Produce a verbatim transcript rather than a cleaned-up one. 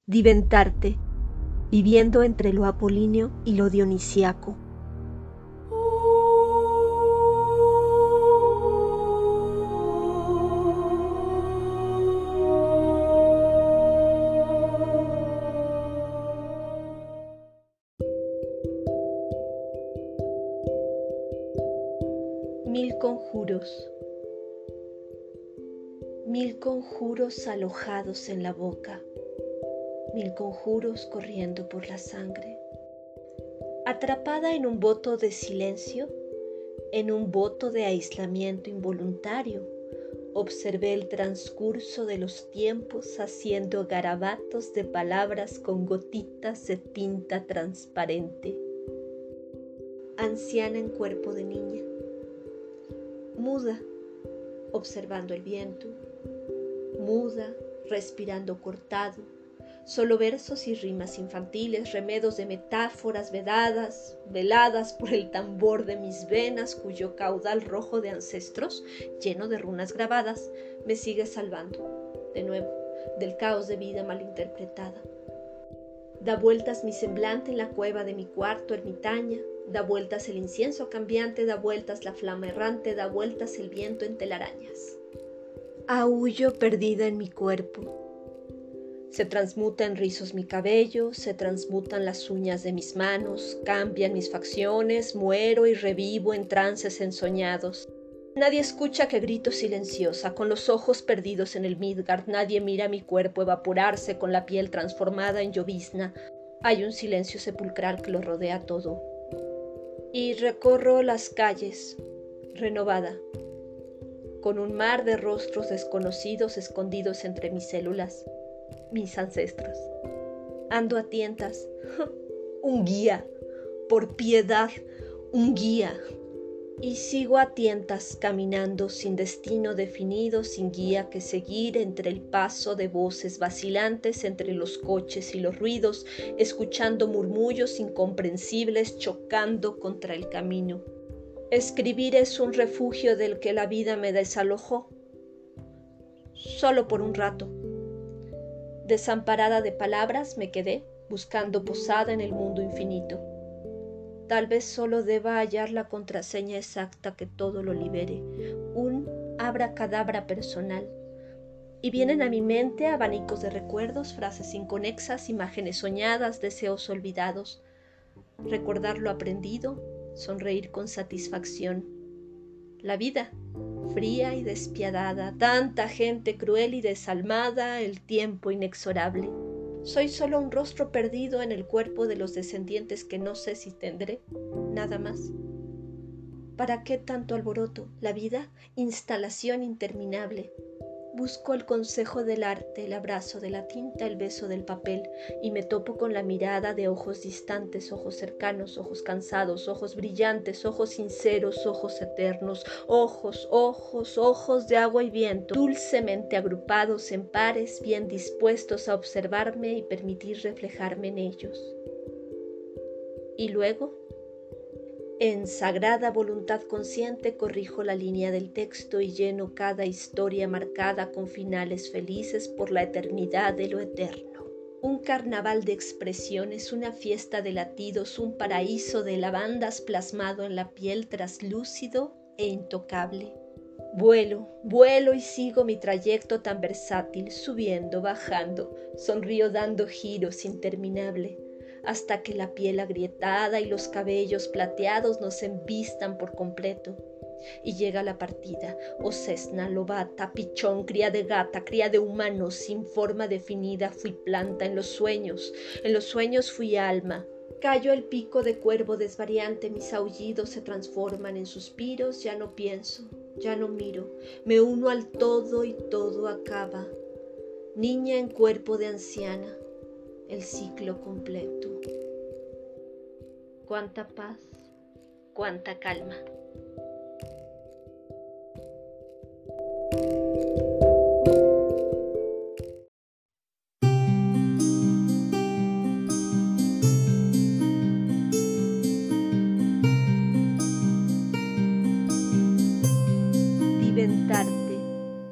diventarte, viviendo entre lo apolíneo y lo dionisiaco. Mil conjuros, mil conjuros alojados en la boca, mil conjuros corriendo por la sangre. Atrapada en un voto de silencio, en un voto de aislamiento involuntario, observé el transcurso de los tiempos haciendo garabatos de palabras con gotitas de tinta transparente. Anciana en cuerpo de niña, muda, observando el viento, muda, respirando cortado, solo versos y rimas infantiles, remedos de metáforas vedadas, veladas por el tambor de mis venas, cuyo caudal rojo de ancestros, lleno de runas grabadas, me sigue salvando, de nuevo, del caos de vida malinterpretada. Da vueltas mi semblante en la cueva de mi cuarto ermitaña, da vueltas el incienso cambiante, da vueltas la flama errante, da vueltas el viento en telarañas. Aúllo perdida en mi cuerpo. Se transmuta en rizos mi cabello, se transmutan las uñas de mis manos, cambian mis facciones, muero y revivo en trances ensoñados. Nadie escucha que grito silenciosa, con los ojos perdidos en el Midgard, nadie mira mi cuerpo evaporarse con la piel transformada en llovizna. Hay un silencio sepulcral que lo rodea todo. Y recorro las calles, renovada, con un mar de rostros desconocidos escondidos entre mis células, mis ancestros. Ando a tientas, un guía, por piedad, un guía. Y sigo a tientas caminando sin destino definido, sin guía que seguir entre el paso de voces vacilantes, entre los coches y los ruidos, escuchando murmullos incomprensibles chocando contra el camino. Escribir es un refugio del que la vida me desalojó, solo por un rato. Desamparada de palabras me quedé, buscando posada en el mundo infinito. Tal vez solo deba hallar la contraseña exacta que todo lo libere, un abracadabra personal. Y vienen a mi mente abanicos de recuerdos, frases inconexas, imágenes soñadas, deseos olvidados. Recordar lo aprendido, sonreír con satisfacción. La vida, fría y despiadada, tanta gente cruel y desalmada, el tiempo inexorable. Soy solo un rostro perdido en el cuerpo de los descendientes que no sé si tendré, nada más. ¿Para qué tanto alboroto? La vida, instalación interminable. Busco el consejo del arte, el abrazo de la tinta, el beso del papel, y me topo con la mirada de ojos distantes, ojos cercanos, ojos cansados, ojos brillantes, ojos sinceros, ojos eternos, ojos, ojos, ojos de agua y viento, dulcemente agrupados en pares, bien dispuestos a observarme y permitir reflejarme en ellos. Y luego, en sagrada voluntad consciente corrijo la línea del texto y lleno cada historia marcada con finales felices por la eternidad de lo eterno. Un carnaval de expresiones, una fiesta de latidos, un paraíso de lavandas plasmado en la piel traslúcido e intocable. Vuelo, vuelo y sigo mi trayecto tan versátil, subiendo, bajando, sonrío dando giros interminables, hasta que la piel agrietada y los cabellos plateados nos embistan por completo. Y llega la partida, oh cesna, lobata, pichón, cría de gata, cría de humano, sin forma definida, fui planta en los sueños, en los sueños fui alma. Callo el pico de cuervo desvariante, mis aullidos se transforman en suspiros, ya no pienso, ya no miro, me uno al todo y todo acaba. Niña en cuerpo de anciana, el ciclo completo. Cuánta paz, cuánta calma.